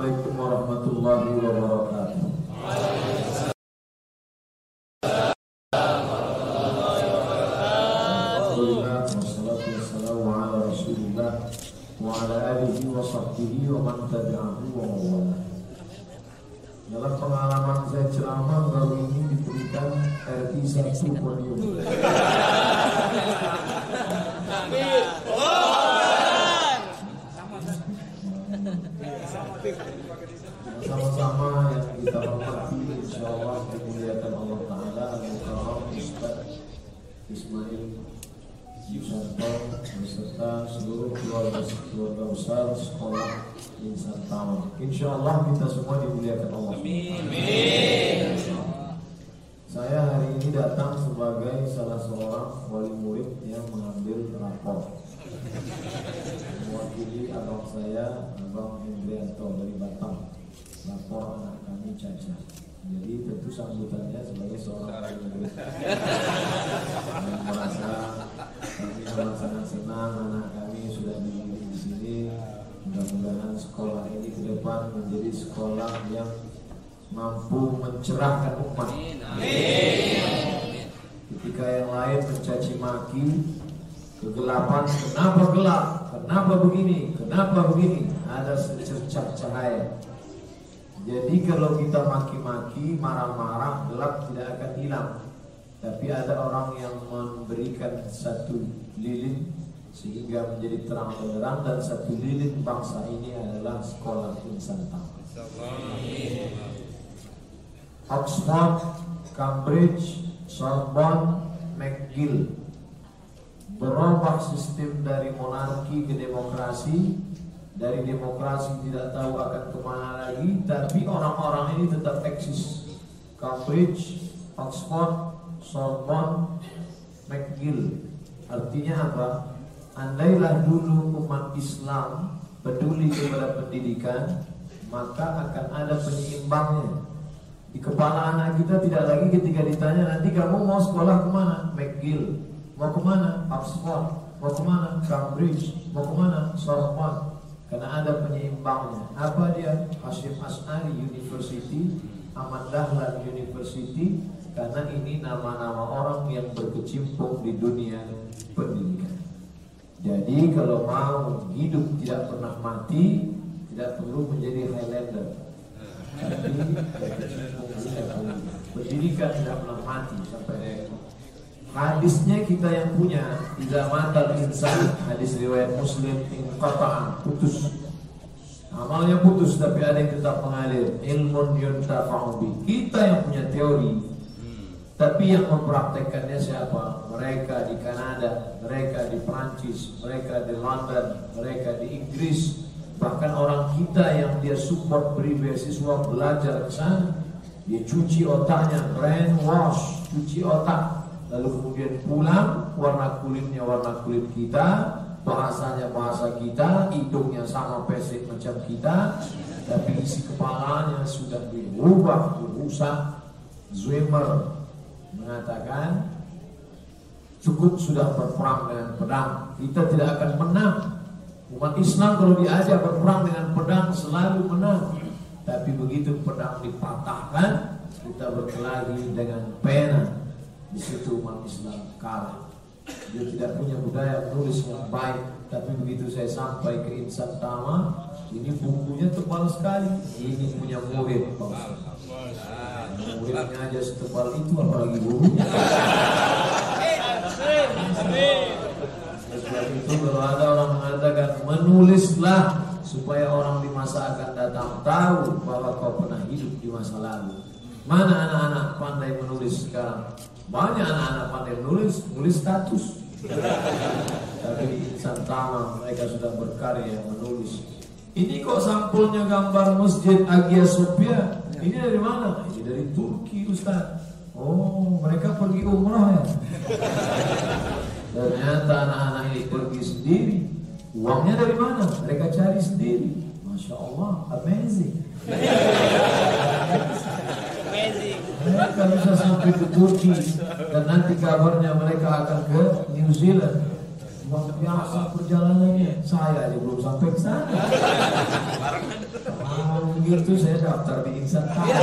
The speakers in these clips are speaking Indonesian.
Assalamualaikum warahmatullahi wabarakatuh. Alhamdulillah wassalatu wassalamu ala Rasulillah wa ala alihi wa sahbihi wa man tabi'ahu wa mawala. Dalam pengalaman saya ceramah baru ini diberikan RI 1 podium. Sama-sama yang kita hormati, insyaallah dimuliakan Allah Ta'ala, Al-Mukarram Ustaz Ismail Yusanto beserta seluruh keluarga besar sekolah Insan Tama. Insyaallah kita semua dimuliakan Allah. Amin. Saya hari ini datang sebagai salah seorang wali murid yang mengambil rapor mewakili abang saya, Abang Hendrianto dari Batam, lapor anak kami cacat. Jadi tentu sambutannya sebagai seorang wali murid yang merasa kami sangat senang anak kami sudah dididik di sini. Mudah-mudahan sekolah ini ke depan menjadi sekolah yang mampu mencerahkan umat. Ketika yang lain mencaci maki kegelapan, kenapa gelap, kenapa begini, kenapa begini, ada secercah cahaya. Jadi kalau kita maki-maki, marah-marah, gelap tidak akan hilang. Tapi ada orang yang memberikan satu lilin sehingga menjadi terang benderang, dan satu lilin bangsa ini adalah sekolah Insan Tama. Oxford, Cambridge, Sorbonne, McGill berubah sistem dari monarki ke demokrasi, dari demokrasi tidak tahu akan kemana lagi, tapi orang-orang ini tetap eksis. Cambridge, Oxford, Sorbonne, McGill. Artinya apa? Andailah dulu umat Islam peduli kepada pendidikan, maka akan ada penyeimbangnya. Di kepala anak kita tidak lagi ketika ditanya, nanti kamu mau sekolah kemana? McGill. Mau kemana? Oxford. Mau kemana? Cambridge. Mau kemana? Sorbonne. Karena ada penyeimbangnya. Apa dia? Hasyim As'ari University, Ahmad Dahlan University. Karena ini nama-nama orang yang berkecimpung di dunia pendidikan. Jadi kalau mau hidup tidak pernah mati, tidak perlu menjadi Highlander. Tapi pendidikan tidak pernah mati sampai rekor. Hadisnya kita yang punya, idza matal insan, hadis riwayat Muslim, inqata'a, putus. Amalnya putus, tapi ada yang tetap mengalir. Ilmun yuntafa'u bi. Kita yang punya teori, tapi yang mempraktekannya siapa? Mereka di Kanada, mereka di Prancis, mereka di London, mereka di Inggris. Bahkan orang kita yang dia support beri beasiswa belajar ke sana, dia cuci otaknya, brainwash, cuci otak. Lalu kemudian pulang, warna kulitnya warna kulit kita, bahasanya bahasa kita, hidungnya sama pesek macam kita, tapi isi kepalanya sudah dirubah, dirusak. Zwimmer mengatakan, cukup sudah berperang dengan pedang, kita tidak akan menang. Umat Islam kalau diajak berperang dengan pedang selalu menang. Tapi begitu pedang dipatahkan, kita berkelahi dengan pena. Di situ umat Islam kalah. Dia tidak punya budaya menulis yang baik. Tapi begitu saya sampai ke Insan Tama, ini bukunya tebal sekali. Ini punya murid, Pak Ustaz. Muridnya aja setebal itu, apalagi bukunya. Sebab itu kalau ada orang mengatakan menulislah supaya orang di masa akan datang tahu bahwa kau pernah hidup di masa lalu. Mana anak-anak pandai menulis sekarang? Banyak anak-anak pandai menulis, nulis status. Tapi di Insan Tama mereka sudah berkarya menulis. Ini kok sampulnya gambar Masjid Hagia Sophia? Ini dari mana? Ini dari Turki, Ustaz. Oh, mereka pergi umrah ya? Ternyata anak-anak ini pergi sendiri. Uangnya dari mana? Mereka cari sendiri. Masya Allah, amazing. Mereka bisa sampai ke Turki, dan nanti kabarnya mereka akan ke New Zealand. Luar biasa perjalanannya. Saya aja belum sampai ke sana. begitu saya daftar di Insan Tama.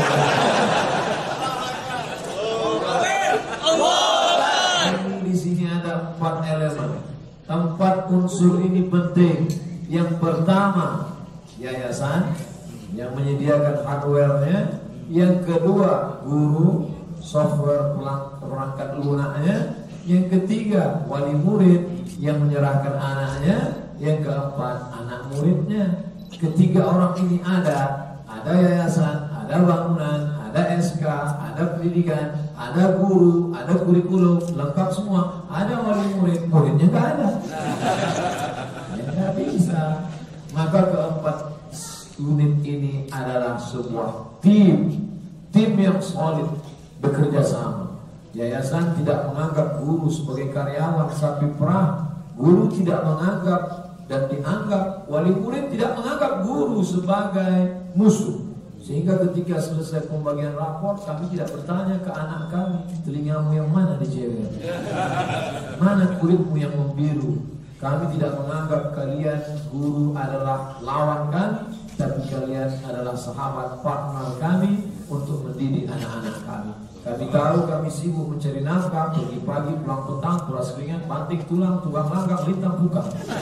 Di sini ada 4 elemen. 4 unsur ini penting. Yang pertama, yayasan yang menyediakan hardware-nya. Yang kedua, guru, software perangkat lunaknya. Yang ketiga, wali murid yang menyerahkan anaknya. Yang keempat, anak muridnya. Ketiga orang ini ada yayasan, ada bangunan, ada SK, ada pendidikan, ada guru, ada kurikulum, lengkap semua. Ada wali murid, muridnya nggak ada. Ya nggak bisa. Maka keempat unit ini adalah sebuah tim yang solid, bekerja sama. Yayasan tidak menganggap guru sebagai karyawan sapi perah. Guru tidak menganggap dan dianggap, wali murid tidak menganggap guru sebagai musuh. Sehingga ketika selesai pembagian rapor, kami tidak bertanya ke anak kami, telingamu yang mana dijewer, mana kulitmu yang membiru. Kami tidak menganggap kalian guru adalah lawan kami, tapi kalian adalah sahabat partner kami untuk mendidik anak-anak kami. Kami tahu kami sibuk mencari nafkah, pergi pagi, pulang petang, kuras keringat, banting tulang, tukang langkah, lintang buka.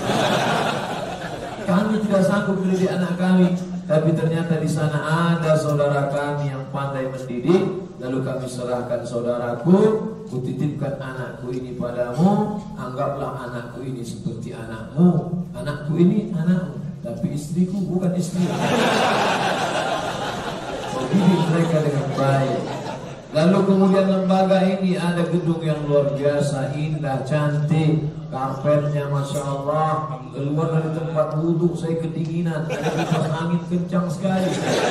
Kami tidak sanggup mendidik anak kami, tapi ternyata di sana ada saudara kami yang pandai mendidik. Lalu kami serahkan saudaraku, kutitipkan anakku ini padamu, anggaplah anakku ini seperti anakmu, anakku ini anakmu, tapi istriku bukan istrimu. Didik mereka dengan baik. Lalu kemudian lembaga ini ada gedung yang luar biasa, indah, cantik, karpetnya Masya Allah. Keluar dari tempat wudhu saya kedinginan, ada kipas angin kencang sekali.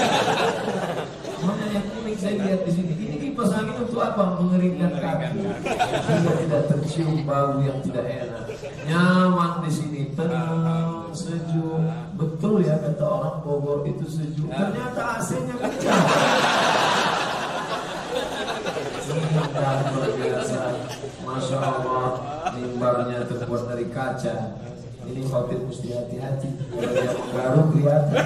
Mana yang unik saya lihat di sini. Ini kipas angin untuk apa? Mengeringkan kaki, sehingga tidak tercium bau yang tidak enak. Nyaman di sini, tenang, sejuk. Betul ya kata orang Bogor itu sejuk. Ternyata AC-nya kencang. Masya Allah, mimbarnya terbuat dari kaca. Ini khotib mesti hati-hati, kalau dia baru kelihatan.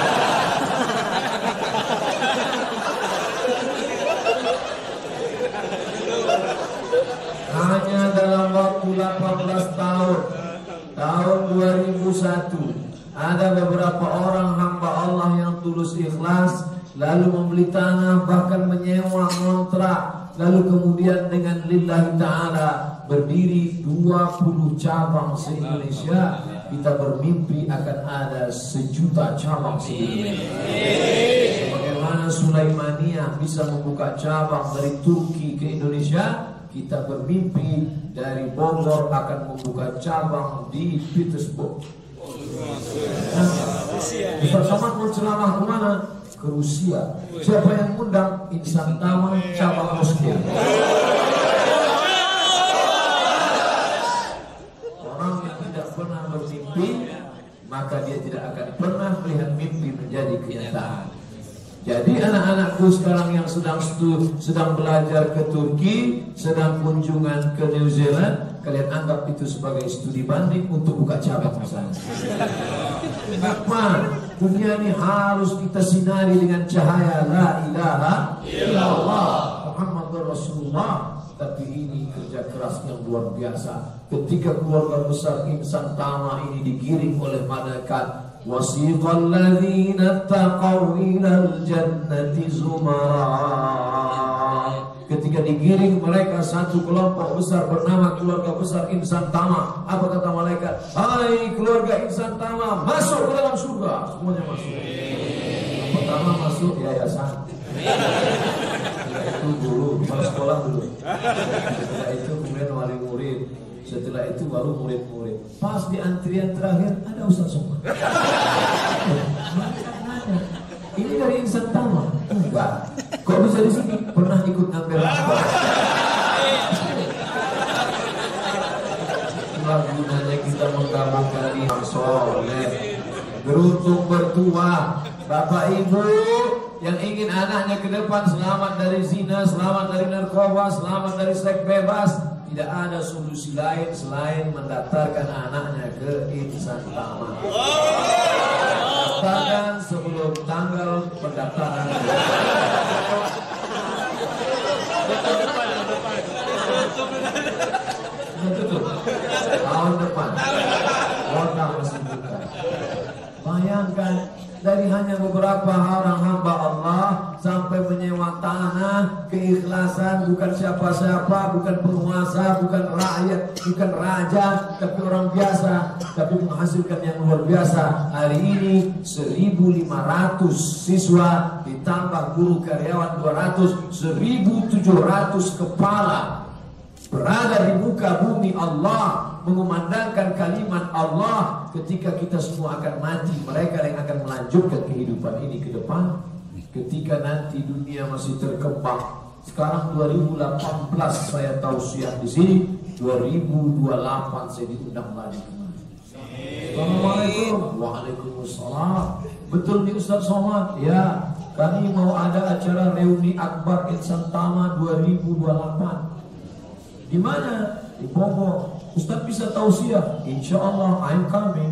Hanya dalam waktu 18 tahun, tahun 2001, ada beberapa orang hamba Allah yang tulus ikhlas, lalu membeli tanah, bahkan menyewa kontrak, lalu kemudian dengan lillahi ta'ala berdiri 20 cabang se-Indonesia. Kita bermimpi akan ada 1 juta cabang se-Indonesia. Bagaimana Sulaimaniyah bisa membuka cabang dari Turki ke Indonesia, kita bermimpi dari Bogor akan membuka cabang di Petersburg. Ustaz Somad mau ceramah kemana? Ke Rusia. Siapa yang undang? Insan Tama cabang Moskow. Orang yang tidak pernah bermimpi, maka dia tidak akan pernah melihat mimpi menjadi kenyataan. Jadi anak-anakku sekarang yang sedang belajar ke Turki, sedang kunjungan ke New Zealand, kalian anggap itu sebagai studi banding untuk buka cabang misalnya. Apa? Dunia ini harus kita sinari dengan cahaya la ilaha illallah Muhammadur Rasulullah. Tapi ini kerja keras yang luar biasa. Ketika keluarga besar Insan Tama ini digiring oleh malaikat, wasiqal ladzina taqaw ilal jannati zumara. Ketika digiring mereka satu kelompok besar bernama keluarga besar Insan Tama. Apa kata malaikat? Hai keluarga Insan Tama, masuk ke dalam surga. Semuanya masuk. Yang pertama masuk yayasan. Setelah itu guru, kepala sekolah dulu. Setelah itu kemudian wali murid. Setelah itu baru murid-murid. Pas di antrian terakhir ada Ustaz Somad. Ini dari Insan Tama? Enggak. Kok bisa di sini? Pernah ikut ngambil rapor. Itulah gunanya kita menggabungkan iman soleh. Beruntung bertua. Bapak Ibu yang ingin anaknya ke depan selamat dari zina, selamat dari narkoba, selamat dari seks bebas, tidak ada solusi lain selain mendaftarkan anaknya ke Insan Tama. Daftarkan sebelum tanggal tahun depan. Kota masih buka. Bayangkan, dari hanya beberapa orang hamba Allah sampai menyewa tanah, keikhlasan, bukan siapa-siapa, bukan penguasa, bukan rakyat, bukan raja, tapi orang biasa, tapi menghasilkan yang luar biasa. Hari ini 1.500 siswa ditambah guru karyawan 200, 1.700 kepala berada di muka bumi Allah, mengumandangkan kalimat Allah. Ketika kita semua akan mati, mereka yang akan melanjutkan kehidupan ini ke depan. Ketika nanti dunia masih terkembang, sekarang 2018 saya tausiah di sini, 2028 saya diundang lagi kemari. Assalamualaikum. Waalaikumsalam. Betul nih Ustaz Somad? Ya, kami mau ada acara reuni akbar Insan Tama 2028. Di mana? Di Bogor. Ustaz bisa tausiah? Insya Allah, I'm coming.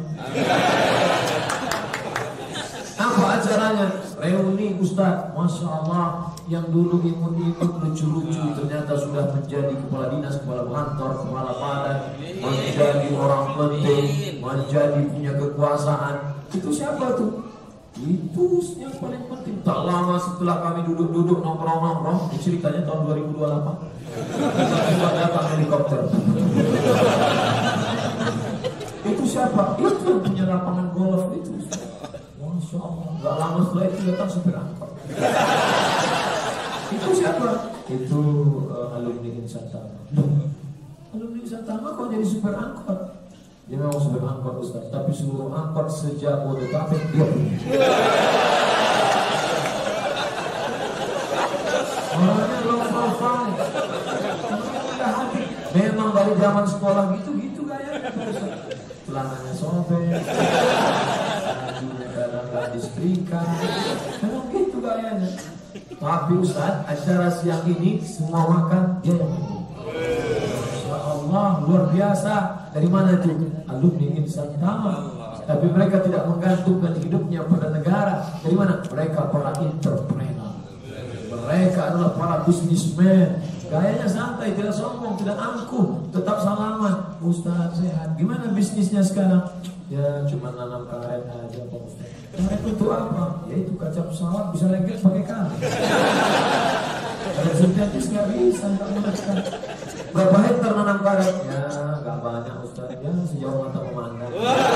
Apa acaranya? Reuni Ustaz. Masya Allah, yang dulu imut-imut lucu-lucu ternyata sudah menjadi kepala dinas, kepala kantor, kepala badan, menjadi orang penting, menjadi punya kekuasaan. Itu siapa tuh? Itu yang paling penting. Tak lama setelah kami duduk-duduk nongkrong-nongkrong, ceritanya tahun 2028. Tiba datang helikopter. Itu siapa? Itu yang punya lapangan golf itu. Masya Allah. Gak lama setelah itu datang supir angkot. Itu siapa? Itu alumni Insan Tama. Alumni Insan Tama kok jadi supir angkot? Dia memang supir angkot Ustaz, tapi seluruh angkot sejak Bodetabek dia punya. Orangnya low profile. Memang dari zaman sekolah gitu-gitu gayanya. Celananya sobek, bajunya kadang gak disetrika, memang gitu gayanya. Tapi Ustaz, acara siang ini semua makan dia yang makan. Masya Allah, luar biasa. Dari mana itu? Alumni Insan Tama. Tapi mereka tidak menggantungkan hidupnya pada negara. Dari mana? Mereka para entrepreneur. Mereka adalah para businessman. Gayanya santai, tidak sombong, tidak angkuh, tetap salaman. Ustaz sehat. Gimana bisnisnya sekarang? Ya cuma nanam karet aja Pak Ustaz. Karet itu apa? Ya itu kaca pesawat bisa lengket pakai karet. Karet sintetis nggak bisa, nggak menekan. Berapa hektar nanam karet? Ya nggak banyak Ustaz. Ya sejauh mata memandang.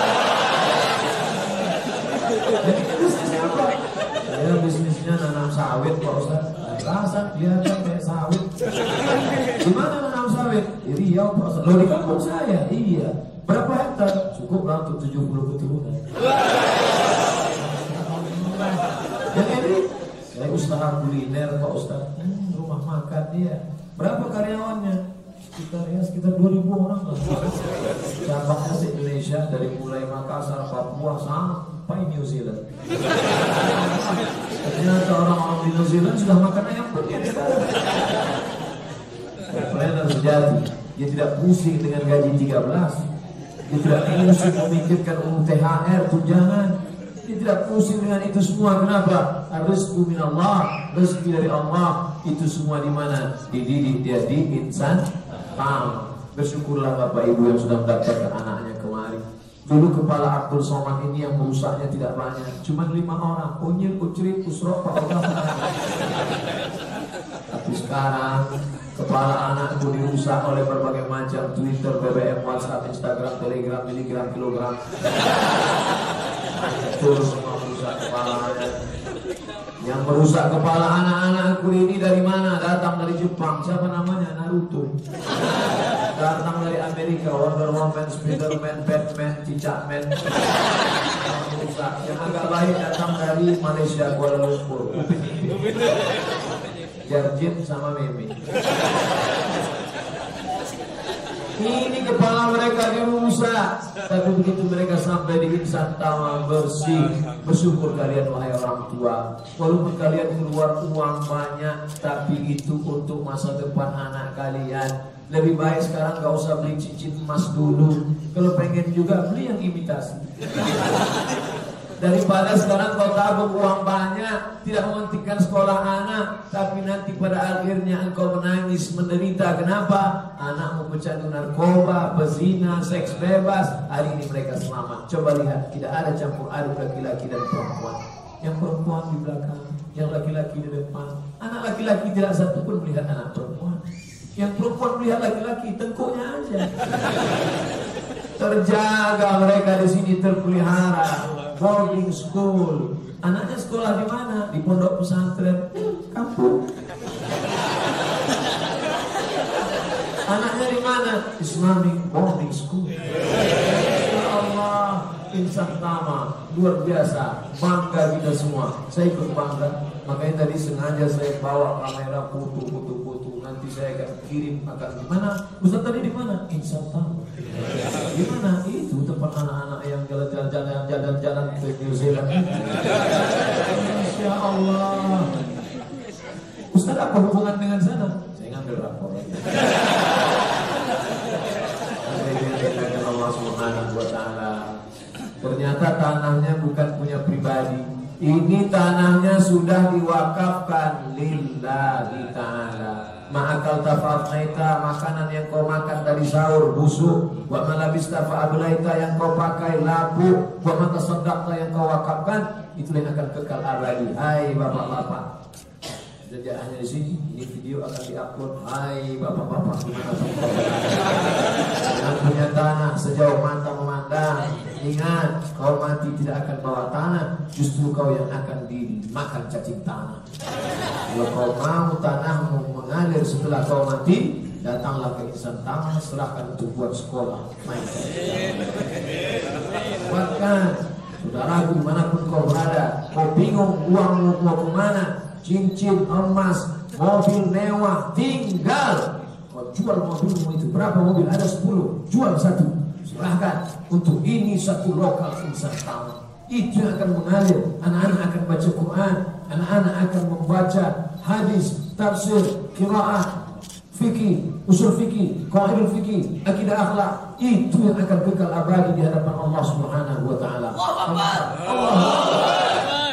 Jadi bisnisnya apa? Ya bisnisnya nanam sawit Pak Ustaz. Rasa dia kan kayak sawit. Gimana nanam sawit? Di Riau Pak Ustaz. Loh di kampung saya? Iya. Berapa hektar? Cukup lah untuk 70 keturunan. Yang ini saya usaha kuliner Pak Ustaz. Rumah makan dia. Berapa karyawannya? Sekitar 2.000 orang lah. Cabangnya se Indonesia dari mulai Makassar, Papua sampai New Zealand. Ternyata orang-orang di New Zealand sudah makan ayam penyet sekarang. Entrepreneur sejati. Dia tidak pusing dengan gaji 13. Dia tidak pusing memikirkan THR, tunjangan. Dia tidak pusing dengan itu semua. Kenapa? Rizqu minallah, rezeki dari Allah. Itu semua di mana? Dididik dia di Insan Tama. Bersyukurlah Bapak Ibu yang sudah mendapatkan anaknya kemarin. Dulu kepala Abdul Somad ini yang merusaknya tidak banyak, cuma 5 orang. Unyil, Ucrit, Usro, Pak Oga. Tapi sekarang kepala anakku dirusak oleh berbagai macam Twitter, BBM, WhatsApp, Instagram, Telegram, miligram, kilogram. Terus semua merusak kepalanya. Yang merusak kepala anak-anakku ini dari mana? Datang dari Jepang. Siapa namanya? Naruto. Datang dari Amerika, Wonder Woman, Spiderman, Batman, Cicakman. Merusak. Yang agak baik datang dari Malaysia, Kuala Lumpur. Jarjit sama Meme. Ini kepala mereka dirusak. Tapi begitu mereka sampai di Insan Tama bersih. Bersyukur kalian wahai orang tua. Walaupun kalian keluar uang banyak, tapi itu untuk masa depan anak kalian. Lebih baik sekarang gak usah beli cincin emas dulu. Kalau pengen juga beli yang imitasi. Daripada sekarang kau tabung uang banyak, tidak mementingkan sekolah anak, tapi nanti pada akhirnya engkau menangis, menderita. Kenapa? Anakmu pecandu narkoba, pezina, seks bebas. Hari ini mereka selamat. Coba lihat, tidak ada campur aduk laki-laki dan perempuan. Yang perempuan di belakang, yang laki-laki di depan. Anak laki-laki tidak satu pun melihat anak perempuan. Yang perempuan melihat laki-laki, tengkuknya aja. Terjaga mereka di sini, terpelihara. Boarding school. Anaknya sekolah di mana? Di pondok pesantren kampung. Anaknya di mana? Islamic boarding school. Ya Allah, insan Tama luar biasa, bangga kita semua. Saya ikut bangga. Makanya tadi sengaja saya bawa kamera foto. Nanti saya akan kirim akan di mana? Ustaz tadi di mana? Insan Tama. Di mana? Itu tempat anak-anak yang jalan-jalan ke New Zealand. Masya Allah. Ustaz apa hubungan dengan sana? Saya ngambil rapor. Allah Subhanahu wa Ta'ala. Ternyata tanahnya bukan punya pribadi. Ini tanahnya sudah diwakafkan lillahi ta'ala. Ma'akal tafa'afnaita, makanan yang kau makan dari sahur busuk. Wa malabista fa'ablaita, yang kau pakai lapuk. Wa matasaddaqta, yang kau wakafkan. Itu yang akan kekal abadi. Hai bapak-bapak, tidak hanya di sini, ini video akan diupload. Hai bapak-bapak, gimana yang punya tanah sejauh mata memandang, ingat, kau mati tidak akan bawa tanah, justru kau yang akan dimakan cacing tanah. Kalau kau mau tanahmu mengalir setelah kau mati, datanglah ke insan tanah, serahkan untuk buat sekolah. Buatkan, saudaraku dimanapun kau berada, kau bingung uangmu mau kemana, cincin emas, mobil mewah, tinggal kau jual mobilmu itu. Berapa mobil? Ada 10, jual 1, serahkan untuk ini satu lokal insan tanah. Itu yang akan mengalir. Anak-anak akan baca Quran, anak-anak akan membaca hadis, tafsir, qiraah, fikih, usul fikih, qawaidul fikih, akidah akhlak. Itu yang akan kekal abadi di hadapan Allah Subhanahu wa Ta'ala. Allahu Akbar. Allahu Akbar.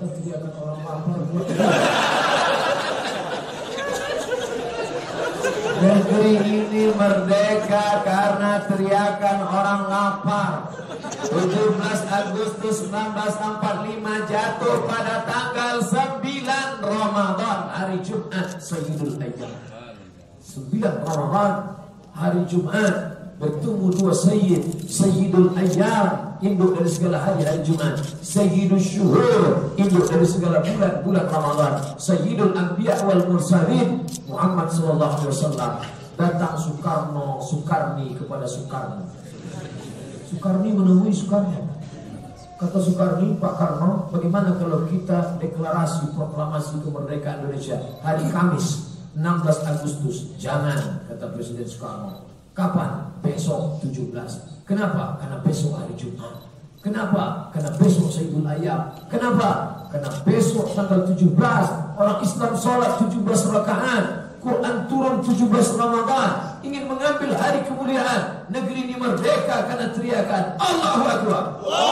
Negeri ini merdeka karena teriakan orang lapar. 17 Agustus 1945 jatuh pada tanggal 9 Ramadan, hari Jumat, Sayyidul Ayyam. 9 Ramadan, hari Jumat, bertemu dua Sayyid, Sayyidul Ayyam, induk dari segala hari Jumat, Sayyidul Syuhur, induk dari segala bulan Ramadan, Sayyidul Anbiya wal Mursalin, Muhammad sallallahu alaihi wasallam. Datang Soekarni kepada Soekarno. Soekarni menemui Soekarno. Kata Soekarni, Pak Karno, bagaimana kalau kita deklarasi proklamasi kemerdekaan Indonesia hari Kamis 16 Agustus? Jangan, kata Presiden Soekarno. Kapan? Besok 17. Kenapa? Karena besok hari Jumat. Kenapa? Karena besok Sayyidul Ayyam. Kenapa? Karena besok tanggal 17 orang Islam sholat 17 rakaat, Quran turun 17 Ramadan, ingin mengambil hari kemuliaan. Negeri ini merdeka karena teriakan Allahu Akbar.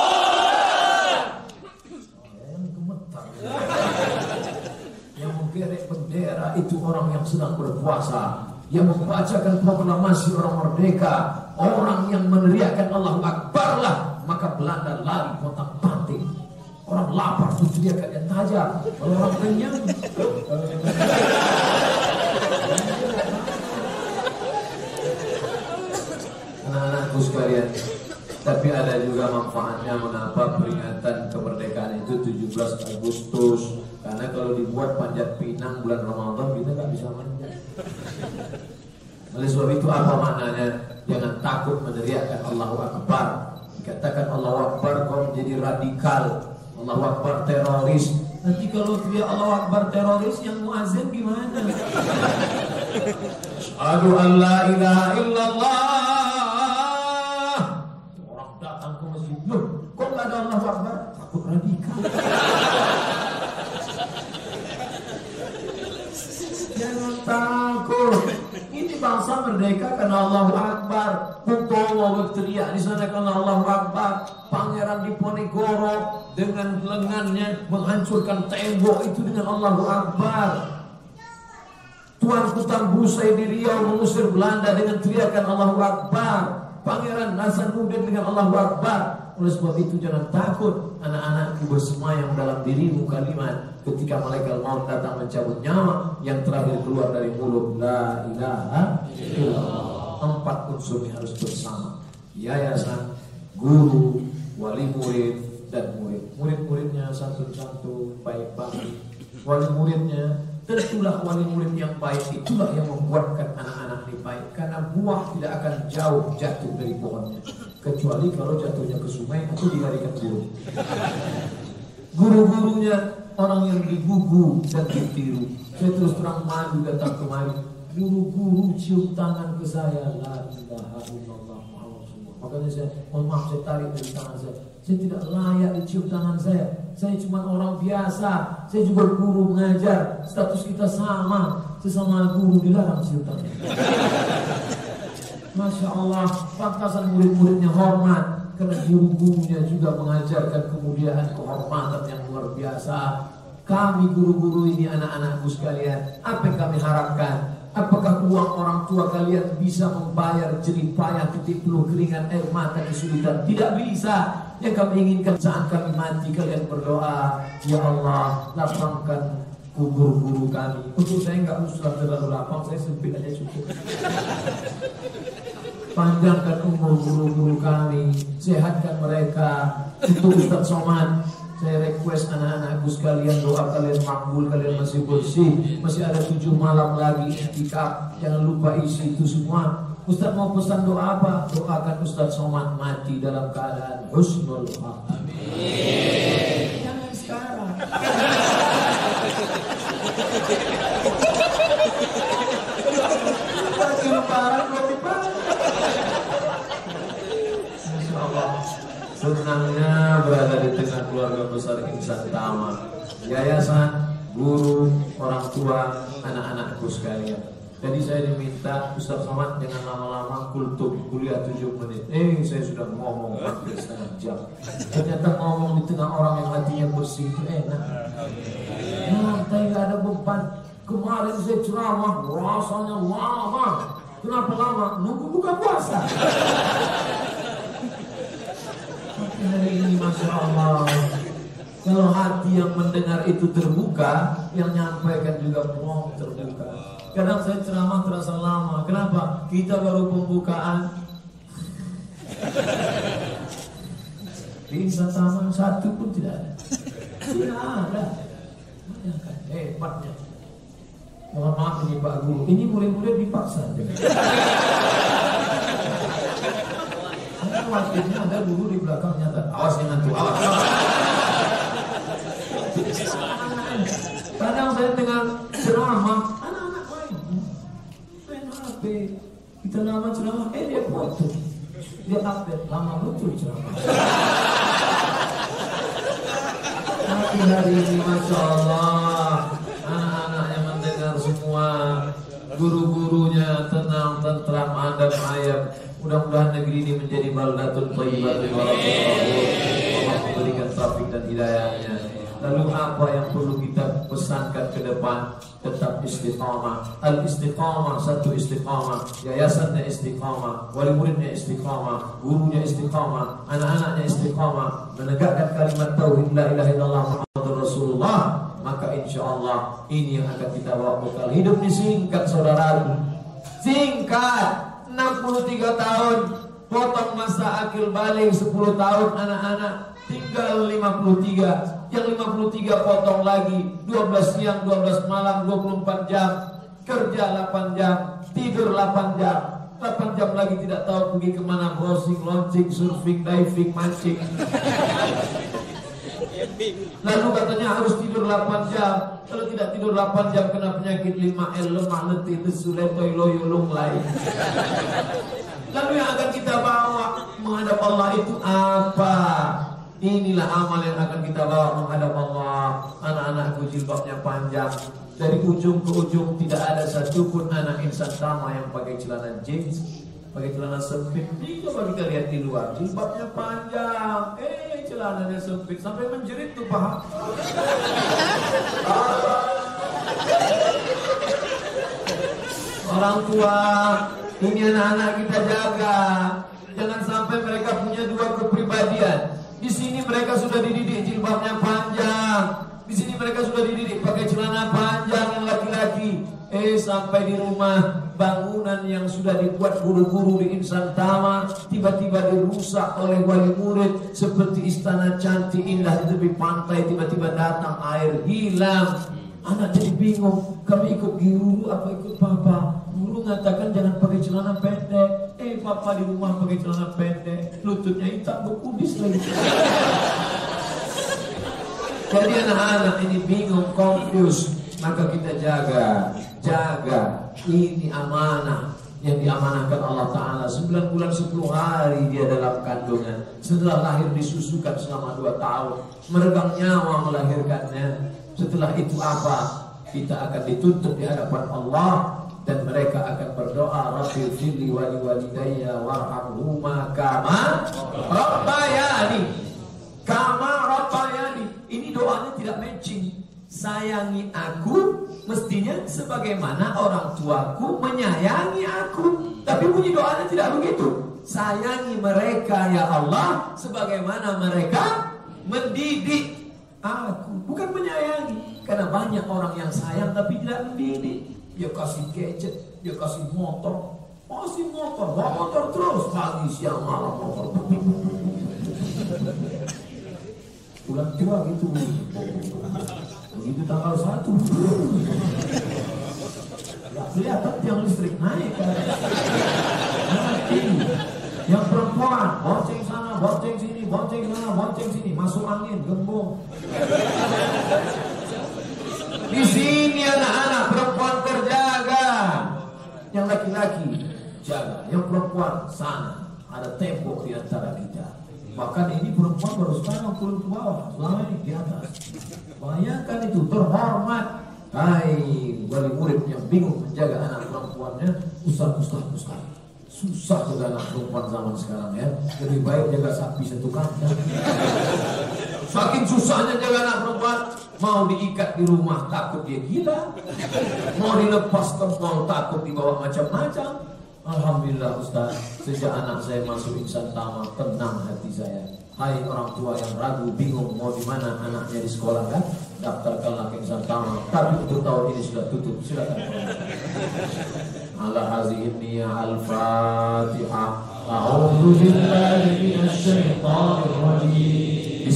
Yang gemetar. Yang menggerek bendera itu orang yang sedang berpuasa. Yang membacakan proklamasi orang merdeka, orang yang meneriakkan Allahu Akbar lah, maka Belanda lari potak-panting. Orang lapar itu teriakan yang tajam. Kalau orang kenyang, anak-anakku sekalian, tapi ada juga manfaatnya. Mengapa peringatan kemerdekaan itu 17 Agustus? Karena kalau dibuat panjat pinang bulan Ramadan, kita nggak bisa manjat. Oleh sebab itu, apa maknanya? Jangan takut meneriakkan Allahu Akbar. Dikatakan Allahu Akbar, kau menjadi radikal. Allahu Akbar teroris. Nanti kalau dia Allahu Akbar teroris, yang muazzin gimana? Asyhadu an la ilaha illallah. Orang datang ke masjid, loh, kok nggak ada Allahu Akbar? Takut radikal. Jangan takut. Ini bangsa merdeka karena Allahu Akbar. Kutomo berteriak di sana karena Allahu Akbar. Pangeran Diponegoro dengan lengannya menghancurkan tembok itu dengan Allahu Akbar. Tuan Kutan Busai di Riau mengusir Belanda dengan teriakan Allahu Akbar. Pangeran Hasanuddin dengan Allahu Akbar. Oleh sebab itu jangan takut, anak-anakku bersemayam dalam dirimu kalimat ketika malaikat maut datang mencabut nyawa, yang terakhir keluar dari mulut la ilaha illallah. 4 unsur ini harus bersama: yayasan, guru, wali murid, dan murid. Murid-muridnya santun-santun, baik-baik. Wali muridnya, tentulah wali murid yang baik itulah yang membuatkan anak-anak ini baik, karena buah tidak akan jauh jatuh dari pohonnya kecuali kalau jatuhnya ke sungai atau dilarikan burung. Guru-gurunya orang yang digugu dan ditiru. Saya terus terang malu datang kemari, guru-guru cium tangan ke saya, la ilaha illallah Muhammad Rasulullah. Makanya saya, mohon maaf, saya tarik dari tangan saya tidak layak dicium tangan saya cuma orang biasa, saya juga guru mengajar, status kita sama, sesama guru dilarang cium tangan. Masya Allah, pantasan murid-muridnya hormat karena guru-gurunya juga mengajarkan kemuliaan kehormatan yang luar biasa. Kami guru-guru ini, anak-anakku sekalian, apa yang kami harapkan? Apakah uang orang tua kalian bisa membayar jerih payah, titik peluh keringat, air mata, kesulitan? Tidak bisa. Yang kami inginkan saat kami mati, kalian berdoa, ya Allah, lapangkan kubur guru kami. Untuk saya nggak usah terlalu lapang, saya sempit aja cukup. Panjangkan umur guru-guru kami, sehatkan mereka. Untuk Ustaz Somad, saya request anak-anakku sekalian, doa kalian makbul, kalian masih bersih, masih ada 7 malam lagi iktikaf, jangan lupa isi itu semua. Ustaz mau pesan doa apa? Doakan Ustaz Somad mati dalam keadaan husnul khatimah. Amin. Jangan sekarang. Lagi lebaran belum dipakai. Masya Allah. Senangnya berada di tengah keluarga besar Insan Tama, yayasan, guru, orang tua, anak-anakku sekalian. Jadi saya diminta Ustaz Somad dengan lama-lama kultum kuliah 7 menit. Saya sudah ngomong hampir setengah jam. Ternyata ngomong di tengah orang yang hatinya bersih itu enak. Nanti gak ada beban. Kemarin saya ceramah rasanya lama. Kenapa lama? Nunggu buka puasa. Hari ini Masya Allah, kalau hati yang mendengar itu terbuka, yang nyampaikan juga plong terbuka. Kadang saya ceramah terasa lama. Kenapa? Kita baru pembukaan. Di Insan Tama 1 pun tidak ada. Tidak ada. Hebatnya. Mohon maaf ini Pak Guru, ini murid-murid dipaksa. Waktunya ada guru di belakangnya, awas yang nanti, awas. Kadang saya dengar ceramah, anak-anak main HP. Kita nama ceramah, dia foto, dia update, lama betul ceramah. Tapi hari ini Masya Allah, anak-anak yang mendengar semua, guru-gurunya tenang, tentram, adem, ayem. Mudah-mudahan negeri ini menjadi baldatun thayyibatun Allah memberikan taufik dan hidayahnya. Lalu apa yang perlu kita pesankan ke depan? Tetap istiqamah. Al-istiqamah, satu istiqamah, yayasannya istiqamah, wali muridnya istiqamah, gurunya istiqamah, anak-anaknya istiqamah, menegakkan kalimat tauhid la ilaha illallah Muhammadur Rasulullah. Maka insya Allah ini yang akan kita bawa bekal hidup. Disingkat saudaraku, singkat. 63 tahun, potong masa akil balik 10 tahun anak-anak, tinggal 53. Yang 53 potong lagi 12 siang, 12 malam, 24 jam, kerja 8 jam, tidur 8 jam, 8 jam lagi tidak tahu pergi kemana, browsing, launching, surfing, diving, mancing. Lalu katanya harus tidur 8 jam. Kalau tidak tidur 8 jam kena penyakit 5L, lemah, letih, lesu, letoy, loyo, lunglai. Lalu yang akan kita bawa menghadap Allah itu apa? Inilah amal yang akan kita bawa menghadap Allah. Anak-anakku jilbabnya panjang, dari ujung ke ujung tidak ada satupun anak insan tama yang pakai celana jeans, pakai celana sempit. Coba kita lihat di luar, jilbabnya panjang, celananya sempit sampai menjerit tuh paha. Orang tua, ini anak-anak kita jaga. Jangan sampai mereka punya dua kepribadian. Di sini mereka sudah dididik jilbabnya panjang, di sini mereka sudah dididik pakai celana panjang yang laki-laki. Sampai di rumah, bangunan yang sudah dibuat guru-guru di insan tama tiba-tiba dirusak oleh wali murid. Seperti istana cantik indah di tepi pantai, tiba-tiba datang air, hilang. Anak jadi bingung, kami ikut guru apa ikut papa? Guru mengatakan jangan pakai celana pendek. Papa di rumah pakai celana pendek, lututnya hitam berkudis lagi. Jadi anak-anak ini bingung, confused. Maka kita jaga. Ini amanah yang diamanahkan Allah Ta'ala. 9 bulan 10 hari dia dalam kandungan. Setelah lahir disusukan selama 2 tahun, meregang nyawa melahirkannya. Setelah itu apa? Kita akan dituntut di hadapan Allah, dan mereka akan berdoa, Rabbil firli wa liwalidayya warhamhuma kama rabbayani. Ini doanya tidak matching. Sayangi aku mestinya sebagaimana orang tuaku menyayangi aku. Tapi bunyi doanya tidak begitu. Sayangi mereka ya Allah sebagaimana mereka mendidik aku, bukan menyayangi. Karena banyak orang yang sayang tapi tidak mendidik. Dia kasih gadget, dia kasih motor, bawa motor terus pagi siang malam motor. Ulang tua gitu. Begitu tanggal 1 gak kelihatan tiang listrik naik kan? Yang perempuan bonceng sana, bonceng sini, bonceng sana, bonceng sini, masuk angin, gembung. Di sini anak-anak perempuan terjaga, yang laki-laki jaga, yang perempuan sana. Ada tembok di antara kita. Bahkan ini perempuan baru sekarang turun ke bawah, selama ini di atas. Bayangkan itu, terhormat. Hai wali murid yang bingung menjaga anak perempuannya, Ustaz. Susah jaga anak perempuan zaman sekarang ya. Lebih baik jaga sapi satu kandang. Saking susahnya jaga anak perempuan, mau diikat di rumah takut dia gila, mau dilepas ke mall takut dibawa macam-macam. Alhamdulillah Ustaz, sejak anak saya masuk insan tama, tenang hati saya. Hai orang tua yang ragu, bingung mau di mana anaknya di sekolah kan? Daftarkanlah ke insan tama. Tapi untuk tahun ini sudah tutup. Silakan. Ala hazihi niyah al-Fatihah. A'udzu billahi minasy syaithanir rajim.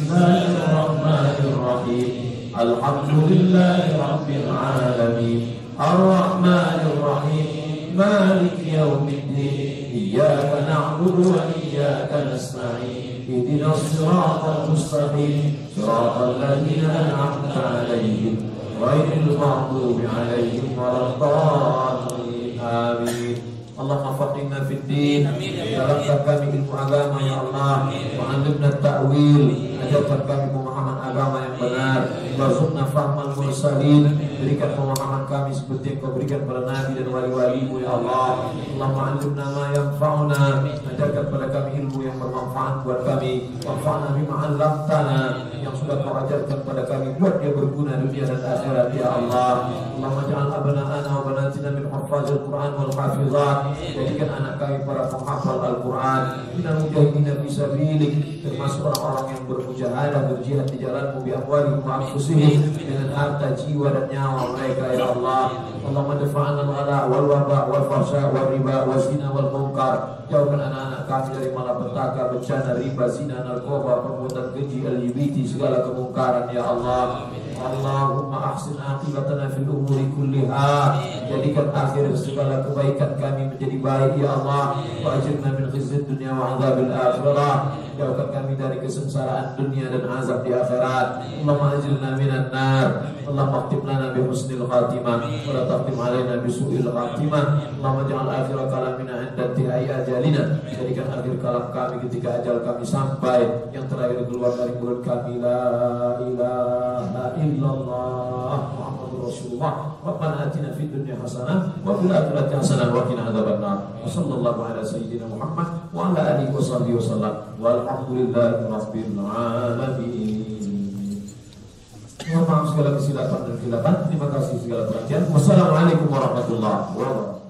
Bismillahirrahmanirrahim. Alhamdulillahi rabbil alamin. Ar-Rahmanir Rahim. مالك يوم الدين إياك نعبد وإياك نستعين اهدنا الصراط المستقيم صراط الذين أنعمت عليهم غير المغضوب عليهم ولا الضالين آمين. Allahumma faqihna fid din, dalamkan kami ilmu agama ya Allah, wa 'allimna ta'wil, ajarkan kami pemahaman agama yang benar, warzuqna fahmal mursalin, berikan pemahaman kami seperti yang Kau berikan para nabi dan wali-walimu ya Allah. Allahumma 'allimna ma yanfa'una, ajarkan pada kami ilmu yang bermanfaat buat kami, wanfa'na bima 'allamtana, yang sudah Kau ajarkan pada kami buat dia berguna dunia dan akhirat ya Allah. Allahumma ja'al abna'ana wa banatina min huffazil Qur'an wal hafizat, jadikan anak kami para penghafal Al-Quran, minal mujahidin fisabilik, termasuk orang-orang yang bermujahadah berjihad di jalanmu bi amwalihim wa anfusihim, dengan harta, jiwa dan nyawa mereka ya Allah. Allahumma dafa'na al-ghala wal waba wal fahsya wal riba wal zina wal munkar, jauhkan anak-anak kami dari malapetaka, bencana riba, zina, narkoba, perbuatan keji, LGBT, segala kemungkaran ya Allah. Allahumma ahsin aqibatana fil umuri kulliha. Jadikan akhir segala kebaikan kami menjadi baik ya Allah. Wa ajirna min khizyid dunya wa adzabil akhirah. Jauhkan kami dari kesengsaraan dunia dan azab di akhirat. Allahumma ajirna minan nar. Allahumma akhtim lana bi husnil khatimah wa la taqtim alaina bi su'il khatimah. Allahumma ja'al akhir kalamina 'inda intihai ajalina. Jadikan akhir kalam kami ketika ajal kami sampai, yang terakhir keluar dari mulut kami la ilaha illallah Muhammadur Rasulullah. Rabbana atina fid dunya hasanah wa fil akhirati hasanah wa qina adzabannar. Sallallahu ala sayyidina Muhammad wa ala alihi washabbihi wasallam. Walhamdulillahi rabbil alamin. Mohon maaf segala kesilapan dan kehilapan. Terima kasih segala perhatian. Wassalamualaikum warahmatullahi wabarakatuh.